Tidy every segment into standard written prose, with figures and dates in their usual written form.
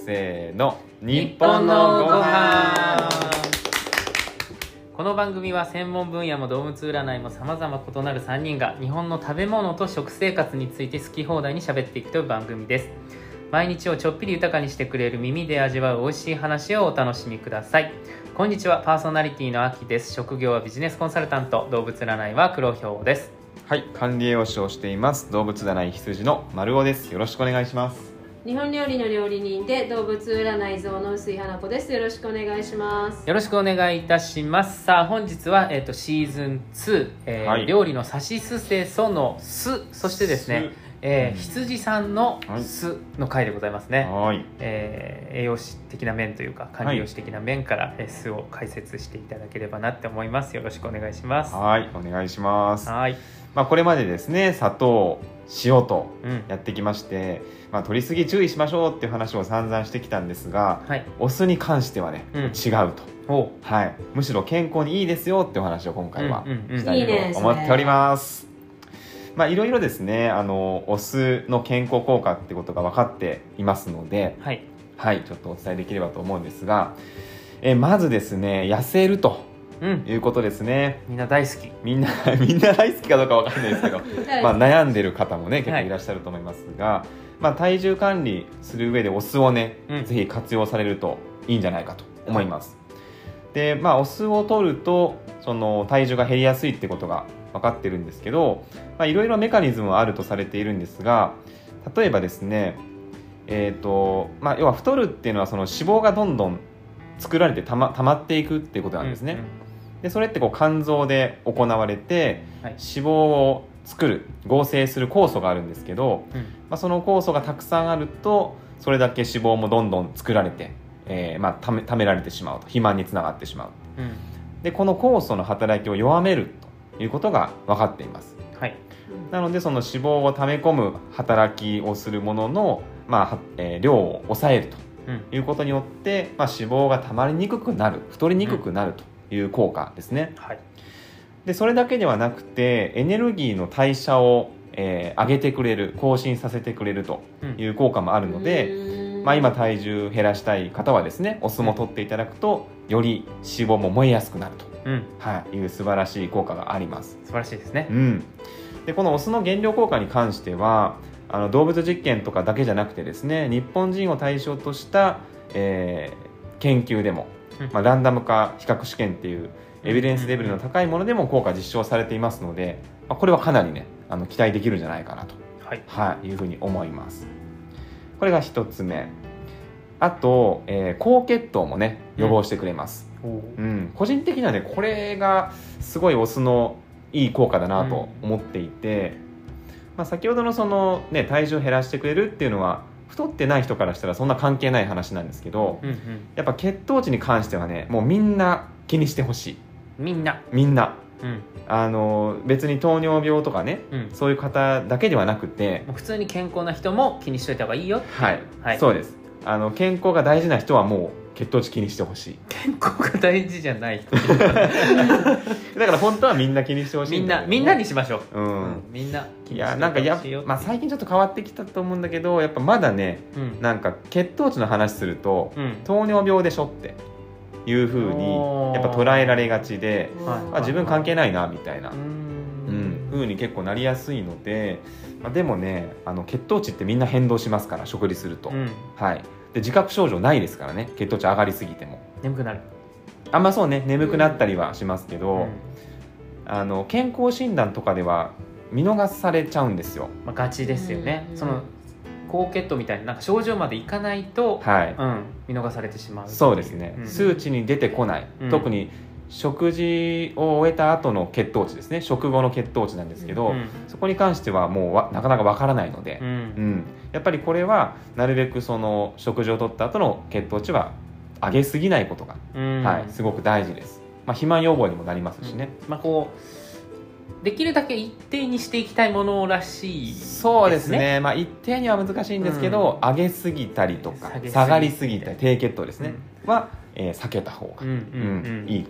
せーの、 日本のご飯。この番組は専門分野も動物占いも様々異なる3人が日本の食べ物と食生活について好き放題に喋っていくという番組です。毎日をちょっぴり豊かにしてくれる耳で味わう美味しい話をお楽しみください。こんにちは、パーソナリティのあきです。職業はビジネスコンサルタント、動物占いは黒ひょうです。 はい、管理栄養士をしています動物占い羊の丸尾です。よろしくお願いします。 日本料理の料理人で動物占い像の薄井花子です。よろしくお願いします。 よろしくお願いいたします。さあ本日は、シーズン2、 はい、 料理のさしすせそのす、そしてですね、羊さんのすの回でございますね。 はい、 栄養士的な面というか管理栄養士的な面から、すを解説していただければなって思います。よろしくお願いします。 はい、お願いします。 はい、 これまでですね、砂糖、塩とやってきまして、取りすぎ注意しましょうっていう話を散々してきたんですが、 はい、 お酢に関してはね、違うと、はい、むしろ健康にいいですよっていうお話を今回はしたいと思っております。いろいろですね、お酢の健康効果ってことが分かっていますので、はい、はい、ちょっとお伝えできればと思うんですが、まずですね、痩せるということですね。 みんな大好き。 みんな大好きかどうかわかんないですけど悩んでる方もね結構いらっしゃると思いますが、体重管理する上でお酢をね、ぜひ活用されるといいんじゃないかと思います。で、お酢を取るとその体重が減りやすいってことが分かってるんですけど、いろいろメカニズムはあるとされているんですが、例えばですね、要は太るっていうのはその脂肪がどんどん作られて溜まっていくっていうことなんですね。でそれって肝臓で行われて、脂肪を作る合成する酵素があるんですけど、その酵素がたくさんあるとそれだけ脂肪もどんどん作られて、溜められてしまうと肥満につながってしまう、でこの酵素の働きを弱めるということが分かっています。なのでその脂肪を溜め込む働きをするものの、量を抑えるということによって、脂肪が溜まりにくくなる、太りにくくなるという効果ですね。でそれだけではなくてエネルギーの代謝を、上げてくれる、更新させてくれるという効果もあるので、今体重減らしたい方はですね、お酢も取っていただくとより脂肪も燃えやすくなると、いう素晴らしい効果があります。 素晴らしいですね。 でこのお酢の減量効果に関しては動物実験とかだけじゃなくてですね、日本人を対象とした、研究でも、ランダム化比較試験っていうエビデンスレベルの高いものでも効果実証されていますので、これはかなりね期待できるんじゃないかなと、いうふうに思います。これが一つ目。あと、高血糖もね予防してくれます。個人的にはねこれがすごいお酢のいい効果だなと思っていて、先ほどのその、体重を減らしてくれるっていうのは太ってない人からしたらそんな関係ない話なんですけど、やっぱ血糖値に関してはねもうみんな気にしてほしい。みんな、別に糖尿病とかね、そういう方だけではなくて普通に健康な人も気にしといた方がいいよ。 そうです。健康が大事な人はもう血糖値気にしてほしい。 健康が大事じゃない人だから本当はみんな気にしてほしいんだけど、 みんなにしましょう。みんな気にしてほしい。最近ちょっと変わってきたと思うんだけど、やっぱまだね、血糖値の話すると、糖尿病でしょっていう風にやっぱ捉えられがちで、自分関係ないなみたいな風に結構なりやすいので、でもね血糖値ってみんな変動しますから、食事すると、で自覚症状ないですからね、血糖値上がりすぎても眠くなる。 そうね、眠くなったりはしますけど、健康診断とかでは見逃されちゃうんですよ。 ガチですよね。その高血糖みたいな症状までいかないと、見逃されてしまう。 そうですね、数値に出てこない、特に食事を終えた後の血糖値ですね、食後の血糖値なんですけど、そこに関してはもうなかなかわからないので、やっぱりこれはなるべくその食事をとった後の血糖値は上げすぎないことが、すごく大事です。肥満予防にもなりますしね、 できるだけ一定にしていきたいものらしいですね。 そうですね、一定には難しいんですけど、上げすぎたりとか下がりすぎたり低血糖ですね、は、避けた方がいいと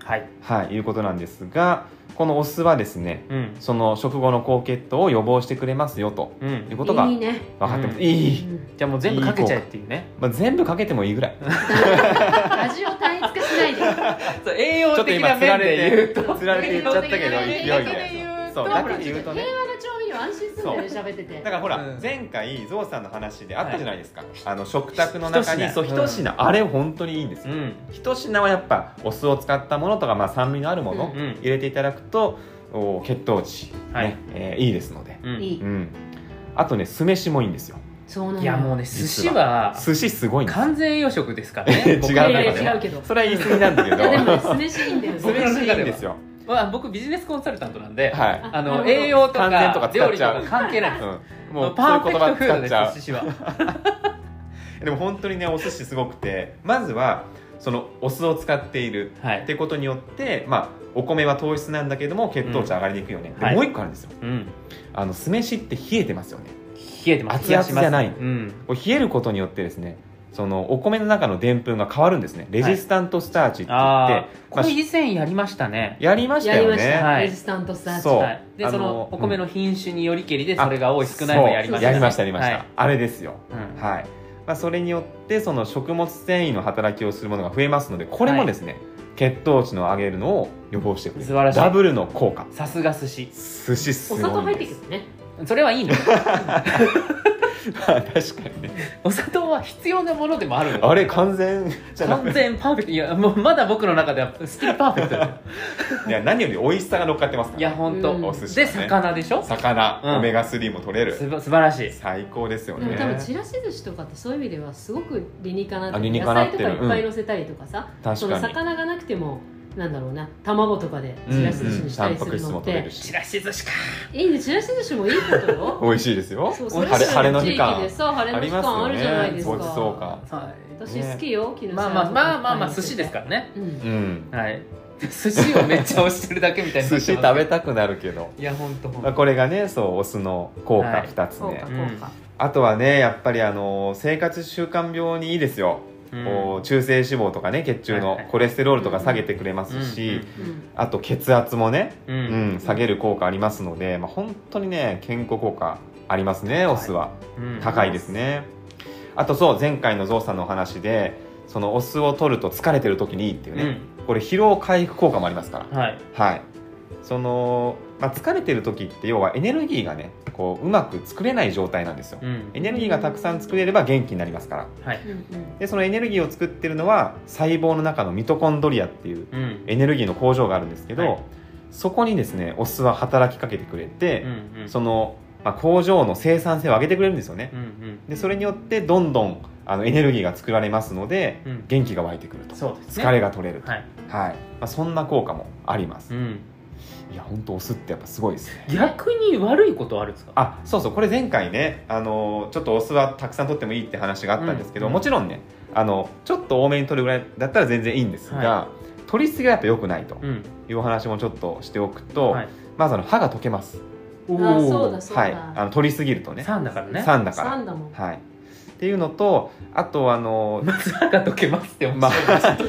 はい、 いうことなんですが、このお酢はですね、その食後の高血糖を予防してくれますよということが分かってます。いい、 じゃあもう全部かけちゃえっていうね。 全部かけてもいいぐらい。 味を単一化しないで。 栄養的な面で言うとつられて言っちゃったけど勢いで。そうだけで言うとね。 平和な調味料安心するんだよね、喋ってて。 だからほら、前回ゾウさんの話であったじゃないですか。食卓の中に一品、あれ本当にいいんですよ。一品はやっぱお酢を使ったものとか酸味のあるもの入れていただくと血糖値いいですので。あとね、酢飯もいいんですよ。 いやもうね、寿司すごいんです。 完全栄養食ですからね。 違うけど。 それは言い過ぎなんだけど。 でも酢飯いいんだよ。 酢飯いいんですよ。 僕ビジネスコンサルタントなんで、栄養とか料理とか関係ないです。もうパーフェクトフードです、寿司は。 でも本当にね、お寿司すごくて、まずはそのお酢を使っているってことによって、お米は糖質なんだけども血糖値上がりにくいよね。もう一個あるんですよ。酢飯って冷えてますよね。 冷えてます。 熱々じゃない。冷えることによってですね、そのお米の中のでんぷんが変わるんですね。レジスタントスターチって言って、 これ以前やりましたね。 やりましたよね。 レジスタントスターチ。 そう。でそのお米の品種によりけりでそれが多い少ないもやりました。 やりました。あれですよ。はい。それによってその食物繊維の働きをするものが増えますので、これもですね、血糖値の上げるのを予防してくれる。 素晴らしい。 ダブルの効果。 さすが寿司。 寿司すごい。 お砂糖入ってくるね。 それはいいの。 確かにね、 お砂糖は必要なものでもあるの。 あれ完全じゃなくて、 完全パーフェクト。いやもうまだ僕の中ではスキルパーフェクト。 いや何より美味しさが乗っかってますから。 いや本当。 お寿司で魚でしょ。 魚、オメガ3も取れる。 素晴らしい。 最高ですよね。 でも多分ちらし寿司とかってそういう意味ではすごく理にかなってる。 理にかなってる。 野菜とかいっぱい乗せたりとかさ、その魚がなくてもなんだろうな、卵とかでちらし寿司にしたりするのって、 ちらし寿司かいいね。ちらし寿司もいいことよ。 美味しいですよ。 晴れの日間でさ、晴れの日間あるじゃないですか。 ごちそうか。 私好きよ。 まあ寿司ですからね。はい。寿司をめっちゃ推してるだけみたいな。 寿司食べたくなるけど。 いや本当。 これがね、そうお酢の効果2つ目。あとはね、やっぱり生活習慣病にいいですよ。中性脂肪とかね、血中のコレステロールとか下げてくれますし、あと血圧もね、下げる効果ありますので、本当にね、健康効果ありますね。お酢は高いですね。あとそう、前回のゾウさんのお話で、そのお酢を取ると疲れてる時にいいっていうね、これ疲労回復効果もありますから。はい。その疲れてる時って要はエネルギーがね、こううまく作れない状態なんですよ。エネルギーがたくさん作れれば元気になりますから。でそのエネルギーを作ってるのは細胞の中のミトコンドリアっていうエネルギーの工場があるんですけど、そこにですね、お酢は働きかけてくれて、その工場の生産性を上げてくれるんですよね。でそれによってどんどんエネルギーが作られますので、元気が湧いてくると、疲れが取れると、そんな効果もあります。いや本当お酢ってやっぱすごいですね。 逆に悪いことあるんですか？ そう、これ前回ね、ちょっとお酢はたくさん取ってもいいって話があったんですけど、もちろんね、ちょっと多めに取るぐらいだったら全然いいんですが、取りすぎはやっぱ良くないというお話もちょっとしておくと、まず歯が溶けます。 そうだ。 取りすぎるとね。 酸だからね。 酸だから。はい。っていうのと、あと歯が溶けますって思って。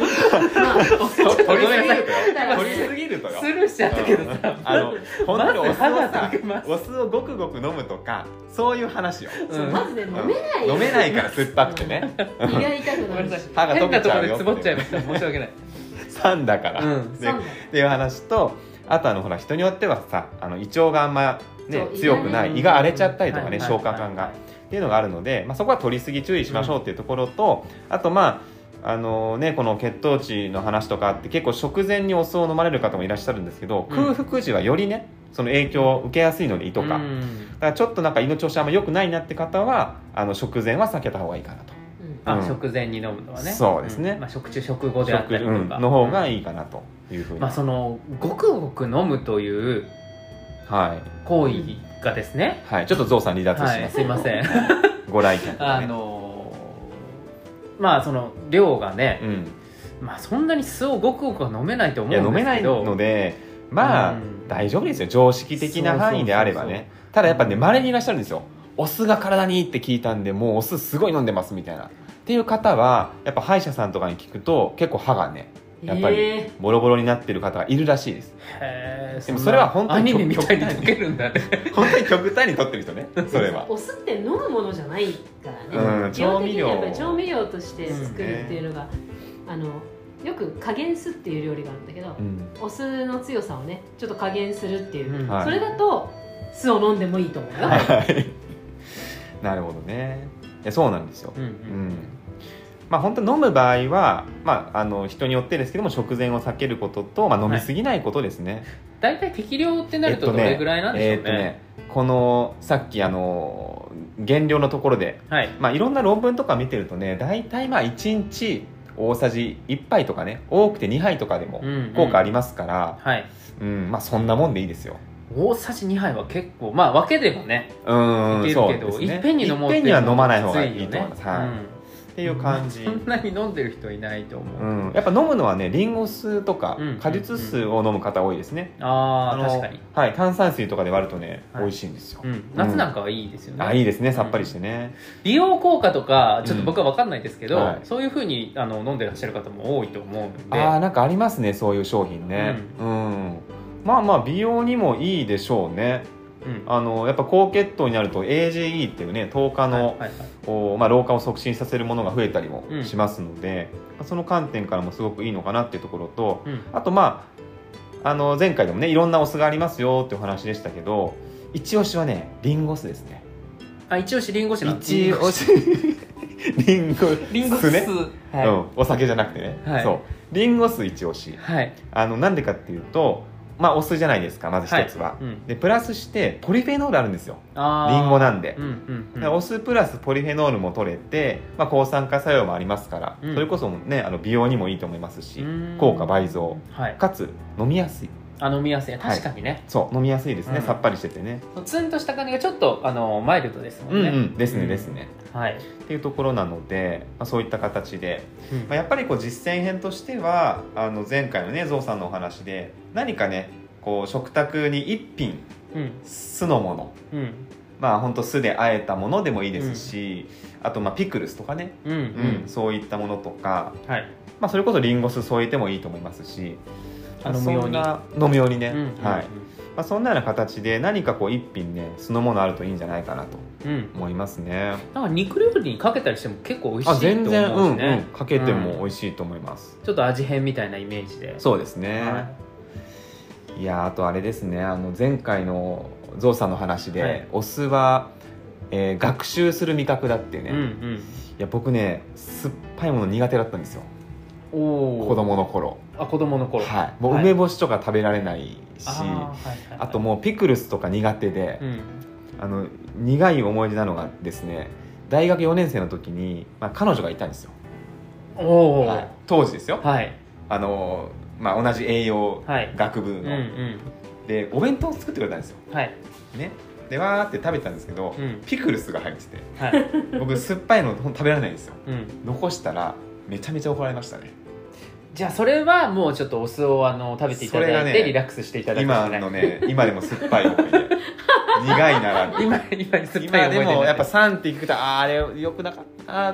取りすぎるとよ。 スルーしちゃったけどさ。 本当にお酢をごくごく飲むとか、そういう話よ。 まずね、 飲めないから酸っぱくてね。 胃が痛くなる。 歯が溶けちゃうよ。 つぼっちゃいました。申し訳ない。 酸だから。っていう話と、あとほら人によってはさ、胃腸があんまね強くない、胃が荒れちゃったりとかね、消化管がっていうのがあるので、そこは取りすぎ注意しましょうっていうところと、あとこの血糖値の話とかって結構食前にお酢を飲まれる方もいらっしゃるんですけど、空腹時はよりねその影響を受けやすいので、胃とか、だからちょっと胃の調子あんま良くないなって方は食前は避けた方がいいかなと。 食前に飲むのはね。 そうですね。 食中食後であったりとかの方がいいかなというふうに。 そのごくごく飲むという行為がですね。 ちょっとゾウさん離脱します。 すいません。 ご来店。 その量がね、そんなに酢をごくごくは飲めないと思うんですけど。 飲めないので、大丈夫ですよ。常識的な範囲であればね。ただやっぱね、稀にいらっしゃるんですよ。お酢が体にいいって聞いたんで、もうお酢すごい飲んでますみたいなっていう方は、やっぱ歯医者さんとかに聞くと結構歯がねやっぱりボロボロになってる方がいるらしいです。でもそれは本当にアニメみたいに溶けるんだね。 本当に極端に取ってる人ね。それはお酢って飲むものじゃないからね、基本的にやっぱり調味料として作るっていうのが、よく加減酢っていう料理があるんだけど、お酢の強さをねちょっと加減するっていう、それだと酢を飲んでもいいと思うよ。 なるほどね。そうなんですよ。まあ、本当飲む場合は、まあ、人によってですけども食前を避けることと、まあ、飲みすぎないことですね。 大体適量ってなるとどれぐらいなんでしょうね。 このさっき原料のところで、まあ、いろんな論文とか見てるとね、大体まあ1日大さじ1杯とかね、多くて2杯とかでも効果ありますから、まあ、そんなもんでいいですよ。 大さじ2杯は結構、まあ分けでもねいけるけど、いっぺんに飲もうっていっぺんには飲まない方がいいと思います。っていう感じ。 そんなに飲んでる人いないと思う。 やっぱ飲むのはね、リンゴ酢とか果実酢を飲む方多いですね。 確かに。 炭酸水とかで割るとね、美味しいんですよ。 夏なんかはいいですよね。 いいですね、さっぱりしてね。 美容効果とかちょっと僕は分かんないですけど、そういう風に飲んでらっしゃる方も多いと思うので。 なんかありますね、そういう商品ね。まあまあ美容にもいいでしょうね。やっぱ高血糖になると AGE っていうね、糖化の老化を促進させるものが増えたりもしますので、その観点からもすごくいいのかなっていうところと、あとまあ前回でもね、いろんなお酢がありますよっていうお話でしたけど、一押しはねリンゴ酢ですね。 一押しリンゴ酢なんです。 一押しリンゴ酢ね、お酒じゃなくてね、そうリンゴ酢一押し。なんでかっていうと、まあお酢じゃないですか、まず一つは、でプラスしてポリフェノールあるんですよ、リンゴなんで。お酢プラスポリフェノールも取れて、まあ、抗酸化作用もありますから、それこそね美容にもいいと思いますし、効果倍増、かつ飲みやすい。 飲みやすい、確かにね。 そう飲みやすいですね、さっぱりしててね。 ツンとした感じがちょっとマイルドですもんね。 ですねですね。っていうところなので、そういった形で、やっぱりこう実践編としては前回のねゾウさんのお話で、何かねこう食卓に一品酢のもの、まあ本当酢で和えたものでもいいですし、あとまあピクルスとかね、そういったものとか、まあそれこそリンゴ酢添えてもいいと思いますし、飲むようにね、まあ、そんなような形で何かこう一品ね酢の物あるといいんじゃないかなと思いますね。 なんか肉料理にかけたりしても結構美味しいと思うしね。 全然、かけても美味しいと思います。 ちょっと味変みたいなイメージで。 そうですね。いや、あとあれですね、前回のゾウさんの話で、お酢は、学習する味覚だっていうね、いや僕ね酸っぱいもの苦手だったんですよ、子供の頃。 子供の頃、 もう梅干しとか食べられないし、あともうピクルスとか苦手で、苦い思い出なのがですね、大学4年生の時に、まあ、彼女がいたんですよ。当時ですよ、まあ、同じ栄養学部の、でお弁当を作ってくれたんですよ、ね、でわーって食べたんですけど、ピクルスが入ってて、僕酸っぱいの食べられないんですよ、残したらめちゃめちゃ怒られましたね。 じゃあそれはもうちょっとお酢を食べていただいてリラックスしていただく。 今のね、今でも酸っぱい思い出苦いなら今でもやっぱ3っていくと、あれよくなかった、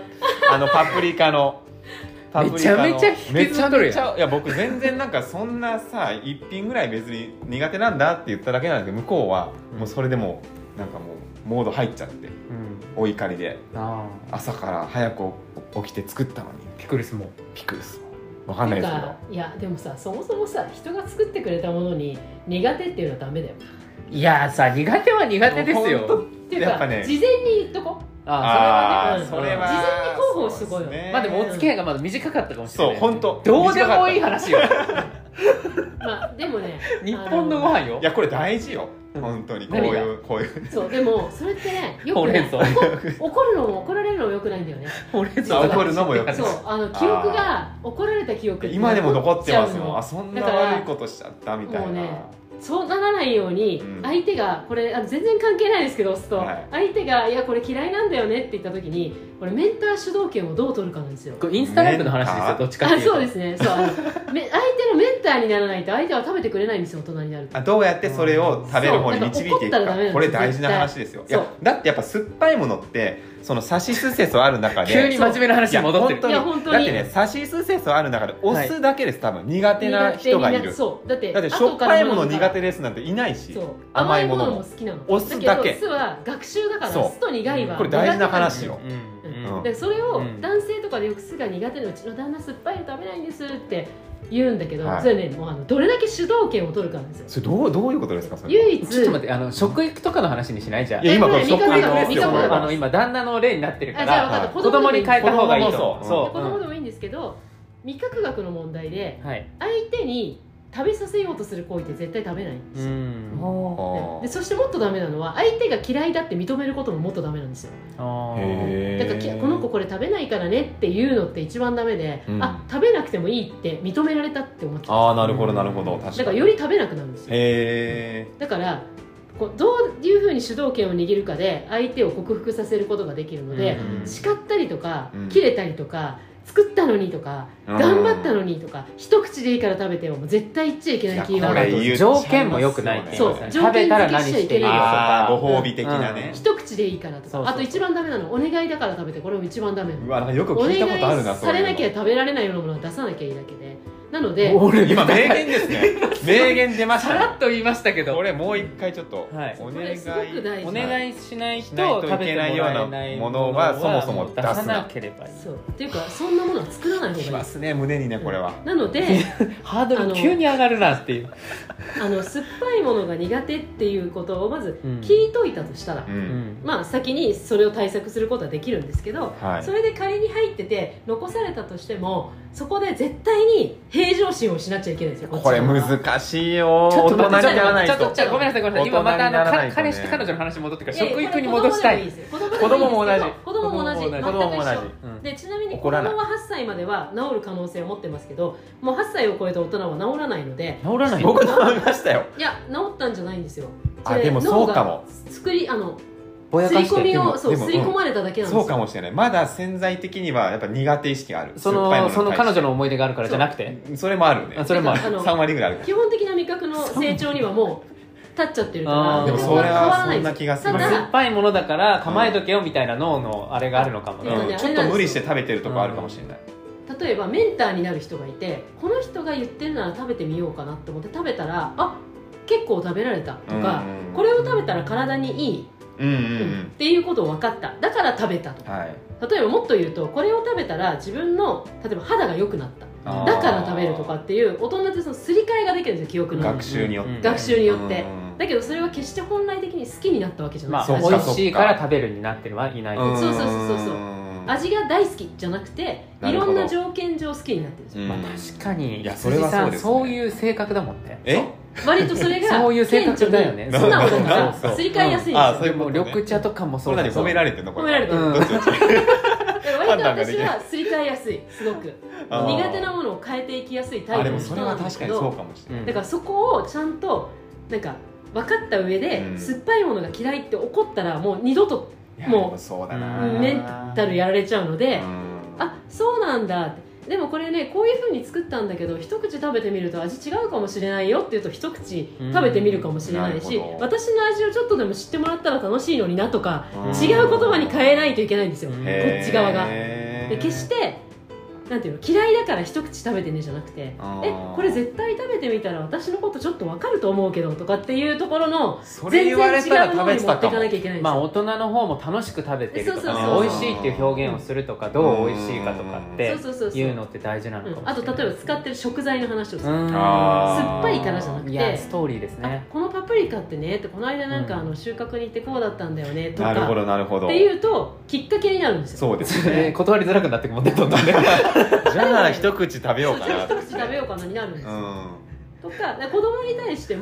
パプリカのめちゃめちゃ引きずっとるやん。 いや僕全然なんかそんなさ一品ぐらい別に苦手なんだって言っただけなんですけど、向こうはもうそれでもなんかもうモード入っちゃって、お怒りで朝から早く起きて作ったのにピクルスもわかんないですけど。 いやでもさ、そもそもさ人が作ってくれたものに苦手っていうのはダメだよ。 いやさ、苦手は苦手ですよ。 っていうか、事前に言っとこう。それはね、事前に候補すごいよね。 まあでもお付き合いがまだ短かったかもしれない。 そう、本当どうでもいい話よ。 まあでもね、 日本のご飯よ。 いやこれ大事よ、本当にこういうそう、でもそれってね、よくね、怒るのも怒られるのもよくないんだよね。 怒るのもよくない。 そう、記憶が怒られた記憶今でも残ってますもん。そんな悪いことしちゃったみたいな。 もうね、 そうならないように相手がこれ全然関係ないですけど押すと、はい、相手がいやこれ嫌いなんだよねって言った時にこれメンター主導権をどう取るかなんですよ。 これインスタライブの話ですよどっちかっていうと。 そうですね。そう相手のメンターにならないと相手は食べてくれないんですよ大人になると。 どうやってそれを食べる方に導いていくか、これ大事な話ですよ。いやだってやっぱ酸っぱいものってそのサシスセソある中で急に真面目な話に戻ってる。 いや本当にだってねサシスセソある中でお酢だけです、多分苦手な人がいる。 そうだってしょっぱいもの苦手ですなんていないし、 甘いものも好きなの。 お酢だけ。 酢は学習だから酢と苦いはこれ大事な話よ。 でそれを男性とかでよく酢が苦手でうちの旦那酸っぱいの食べないんですって言うんだけど、それねもうどれだけ主導権を取るかなんですよ。 それどういうことですかそれ。 唯一ちょっと待って食育とかの話にしないじゃん。 いや今これ食育ですよ。 今旦那の例になってるかじゃあら子供に変えた方がいいと。 子供でもいいんですけど味覚学の問題で相手に食べさせようとする行為って絶対食べないんですよ。でそしてもっとダメなのは相手が嫌いだって認めることももっとダメなんですよ。だからこの子これ食べないからねっていうのって一番ダメで、食べなくてもいいって認められたって思っちゃう。 なるほどなるほど。確かに。 だからより食べなくなるんですよ。だからどういうふうに主導権を握るかで相手を克服させることができるので、叱ったりとか切れたりとか作ったのにとか頑張ったのにとか一口でいいから食べても絶対言っちゃいけないキーワード。 条件も良くないっていう。そう食べたら何していいよとかご褒美的なね。 一口でいいからとか。あと一番ダメなのお願いだから食べて、これも一番ダメなの。 うわなんかよく聞いたことあるな。 されなきゃ食べられないようなものは出さなきゃいいだけで。なので今名言ですね。名言出ました。 さらっと言いましたけど、 これもう一回ちょっとお願いしないと食べてもらえないものはそもそも出さなければいい。 そうっていうかそんなものは作らない方がいい。 きますね胸にねこれは。 なのでハードル急に上がるなっていう。 酸っぱいものが苦手っていうことをまず聞いといたとしたら、まあ先にそれを対策することはできるんですけど、それで仮に入ってて残されたとしてもそこで絶対に平常心を失っちゃいけないんですよ。 これ難しいよ。大人にならないと。 ちょっとごめんなさい今また彼氏と彼女の話戻ってから食育に戻したい。 子供も同じ。 子供も同じ。でちなみに子供は8歳までは治る可能性を持ってますけど、もう8歳を超えた大人は治らないので。 治らない。 僕治りましたよ。 いや治ったんじゃないんですよ。 でもそうかも。 刷り込みを刷り込まれただけなんですよ。 そうかもしれない。まだ潜在的にはやっぱ苦手意識がある。 その彼女の思い出があるからじゃなくて、 それもあるね。それもある。3割ぐらいある。 基本的な味覚の成長にはもう立っちゃってるから。 でもそれはそんな気がする。 酸っぱいものだから構えとけよみたいな脳のあれがあるのかもね。 ちょっと無理して食べてるとこあるかもしれない。 例えばメンターになる人がいて、この人が言ってるなら食べてみようかなって思って食べたら、あ結構食べられたとか、これを食べたら体にいいっていうことを分かった、だから食べたとか、例えばもっと言うとこれを食べたら自分の例えば肌が良くなっただから食べるとかっていう大人ってそのすり替えができるんですよ、記憶の学習によってだけどそれは決して本来的に好きになったわけじゃない、 美味しいから食べるになってるはいない。 そう味が大好きじゃなくていろんな条件上好きになってるんですよ。 確かに羊さんそういう性格だもんね。 割とそれがそういう性格だよね。 素直だからすり替えやすいんですよ。 緑茶とかもそうだ。 褒められてるの？ 褒められてる。割と私はすり替えやすい、すごく苦手なものを変えていきやすいタイプの人なんですけど、だからそこをちゃんとなんか分かった上で酸っぱいものが嫌いって怒ったらもう二度ともうメンタルやられちゃうので、あそうなんだって、でもこれねこういう風に作ったんだけど一口食べてみると味違うかもしれないよって言うと一口食べてみるかもしれないし、私の味をちょっとでも知ってもらったら楽しいのになとか違う言葉に変えないといけないんですよ、こっち側が。で決してなんていうの嫌いだから一口食べてねじゃなくて、これ絶対食べてみたら私のことちょっと分かると思うけどとかっていうところの全然違うものに持っていかなきゃいけないんですよ。 大人の方も楽しく食べてるとかね、美味しいっていう表現をするとかどう美味しいかとかっていうのって大事なのかもしれない。 あと例えば使ってる食材の話をする、酸っぱいからじゃなくてストーリーですね。 このパプリカってねってこの間なんか収穫に行ってこうだったんだよねとかっていうときっかけになるんですよ。 そうですね。 断りづらくなってくもんね、どんどんね。 じゃあ一口食べようかな、 一口食べようかなになるんですよ、とか子供に対しても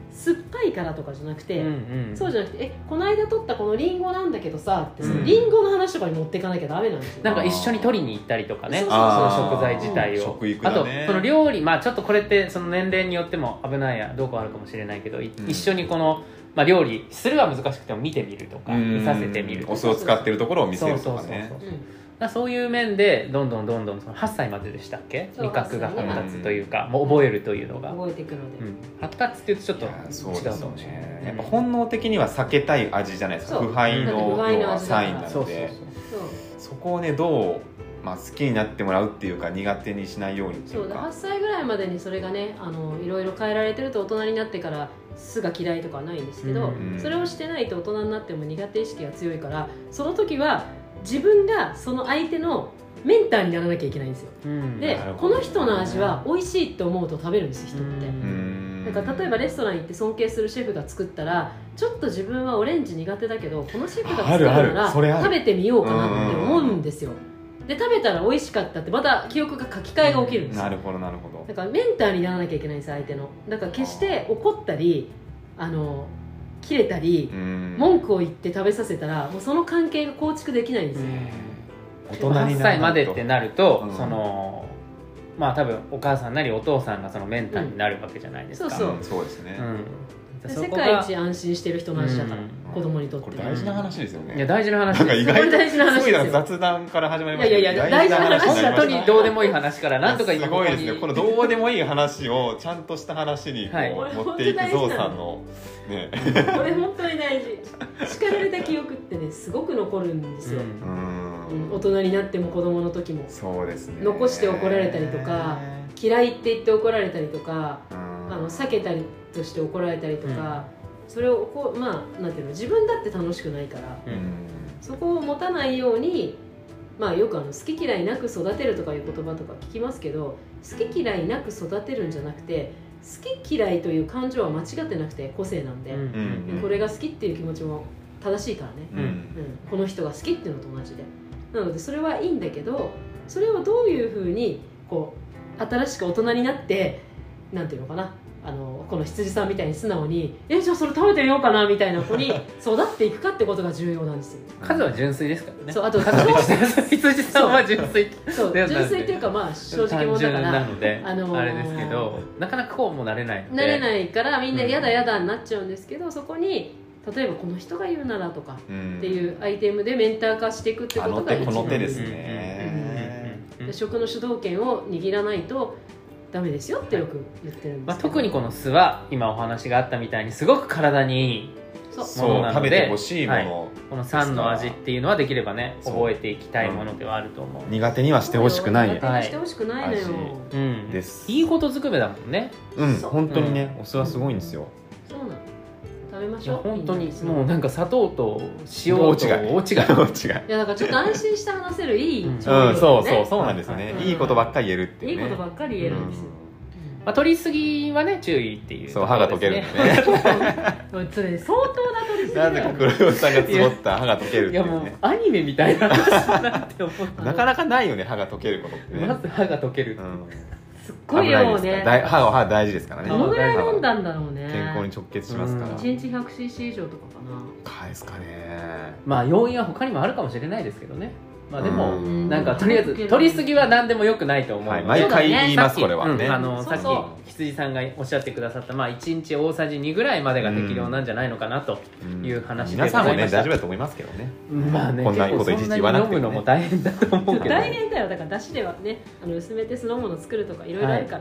酸っぱいからとかじゃなくて、 うんうん、 そうじゃなくてこの間取ったこのリンゴなんだけどさって、そのリンゴの話とかに持っていかなきゃダメなんですよ。 なんか一緒に取りに行ったりとかね、 そうその食材自体を、 食育だね。 あとその料理、まあちょっとこれってその年齢によっても危ないやどうかあるかもしれないけど、一緒にこの、まあ、料理するは難しくても見てみるとか見させてみるとか、 お酢を使ってるところを見せるとかね。 そういう面でどんどんその8歳まででしたっけ、味覚が発達というか、もう覚えるというのが覚えていくので、 発達っていうとちょっと違うかもしれない。 やっぱ本能的には避けたい味じゃないですか。腐敗のサインなので、そこをねどう、まあ、好きになってもらうっていうか苦手にしないようにっていうか。 そうだ、8歳ぐらいまでにそれがねいろいろ変えられてると大人になってから酢が嫌いとかはないんですけど、それをしてないと大人になっても苦手意識が強いから、その時は自分がその相手のメンターにならなきゃいけないんですよ、でこの人の味は美味しいと思うと食べるんです人って。なんか例えばレストラン行って尊敬するシェフが作ったら、ちょっと自分はオレンジ苦手だけどこのシェフが作るなら食べてみようかなって思うんですよ。で食べたら美味しかったってまた記憶が書き換えが起きるんですよ。 なるほどなるほど。 だからメンターにならなきゃいけないんです相手の。だから決して怒ったり切れたり文句を言って食べさせたらもうその関係が構築できないんですよ。 大人になると 8歳までってなると、そのまあ多分お母さんなりお父さんがそのメンターになるわけじゃないですか。 そうですね。 世界一安心してる人の味だから、子供にとって。 これ大事な話ですよね。 いや大事な話です。 意外と大事な話ですよ。 すごい雑談から始まりました。 いや大事な話。 本当にどうでもいい話からなんとか今すごいですね。このどうでもいい話をちゃんとした話に持っていくゾウさんのね。 これ本当に大事。叱られた記憶ってねすごく残るんですよ。大人になっても子供の時も。そうですね。残して怒られたりとか、嫌いって言って怒られたりとか、避けたりとして怒られたりとか、それをまあなんていうの、自分だって楽しくないから、そこを持たないように、まあよく好き嫌いなく育てるとかいう言葉とか聞きますけど、好き嫌いなく育てるんじゃなくて、好き嫌いという感情は間違ってなくて個性なんで、これが好きっていう気持ちも正しいからね、この人が好きっていうのと同じで、なのでそれはいいんだけど、それをどういうふうにこう新しく大人になってなんていうのかな、この羊さんみたいに素直にじゃあそれ食べてみようかなみたいな子に育っていくかってことが重要なんですよ。 数は純粋ですからね。 そう、あと羊さんは純粋。 そう純粋っていうか、まあ正直者だからなので、あれですけど、なかなかこうもなれないので、 なれないからみんなやだやだになっちゃうんですけど、そこに例えばこの人が言うならとかっていうアイテムでメンター化していくってことが一番。 この手ですね。 食の主導権を握らないとダメですよってよく言ってるんですけど、 特にこの酢は今お話があったみたいにすごく体にいいものなので、 食べてほしいもの、 この酸の味っていうのはできればね覚えていきたいものではあると思う。 苦手にはしてほしくない苦手にしてほしくないのよ、 です。 いいことずくめだもんね。 本当にね、お酢はすごいんですよ。 そうなの、食べましょう。 本当にもうなんか砂糖と塩と大違い。いやだからちょっと安心して話せるいい調味料ね。そうなんですよね。いいことばっかり言えるっていうね。 いいことばっかり言えるんですよ。 取りすぎはね注意っていう。 そう、歯が溶けるんでね。 それ相当な取りすぎだよ。 なぜか黒さんが積もった歯が溶けるっていうね。 いやもうアニメみたいな話だなって思う。 なかなかないよね、歯が溶けることってね。 まず歯が溶ける。 すっごいよね。 歯大事ですからね。 どのぐらい飲んだんだろうね。 健康に直結しますから。 1日 100cc 以上とかかな。 ですかね。 まあ要因は他にもあるかもしれないですけどね。まあでもなんかとりあえず取りすぎは何でも良くないと思う。 毎回言いますこれはね。 さっき羊さんがおっしゃってくださった、まあ1日大さじ2ぐらいまでが適量なんじゃないのかなという話でございました。 皆さんもね大丈夫だと思いますけどね。 まあね、 こんなこといちいち言わなくて飲むのも大変だと思うけど。 大変だよ。だから出汁ではね、薄めて酢の物作るとかいろいろあるから、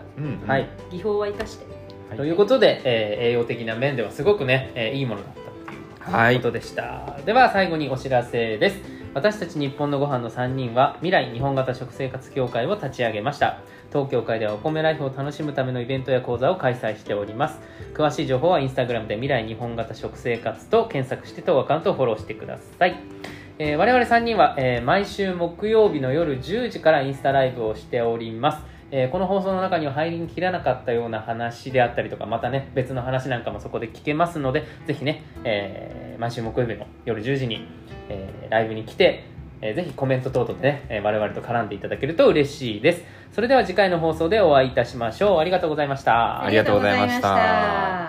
はい、技法は生かして。 ということで栄養的な面ではすごくねいいものだったということでした。では最後にお知らせです。私たち日本のご飯の3人は未来日本型食生活協会を立ち上げました。当協会ではお米ライフを楽しむためのイベントや講座を開催しております。詳しい情報はインスタグラムで未来日本型食生活と検索して当アカウントをフォローしてください。我々3人は、毎週木曜日の夜10時からインスタライブをしております。この放送の中には入りきらなかったような話であったりとか、またね別の話なんかもそこで聞けますので、ぜひね、毎週木曜日の夜10時に、ライブに来て、ぜひコメント等々でね、我々と絡んでいただけると嬉しいです。それでは次回の放送でお会いいたしましょう。ありがとうございました。 ありがとうございました。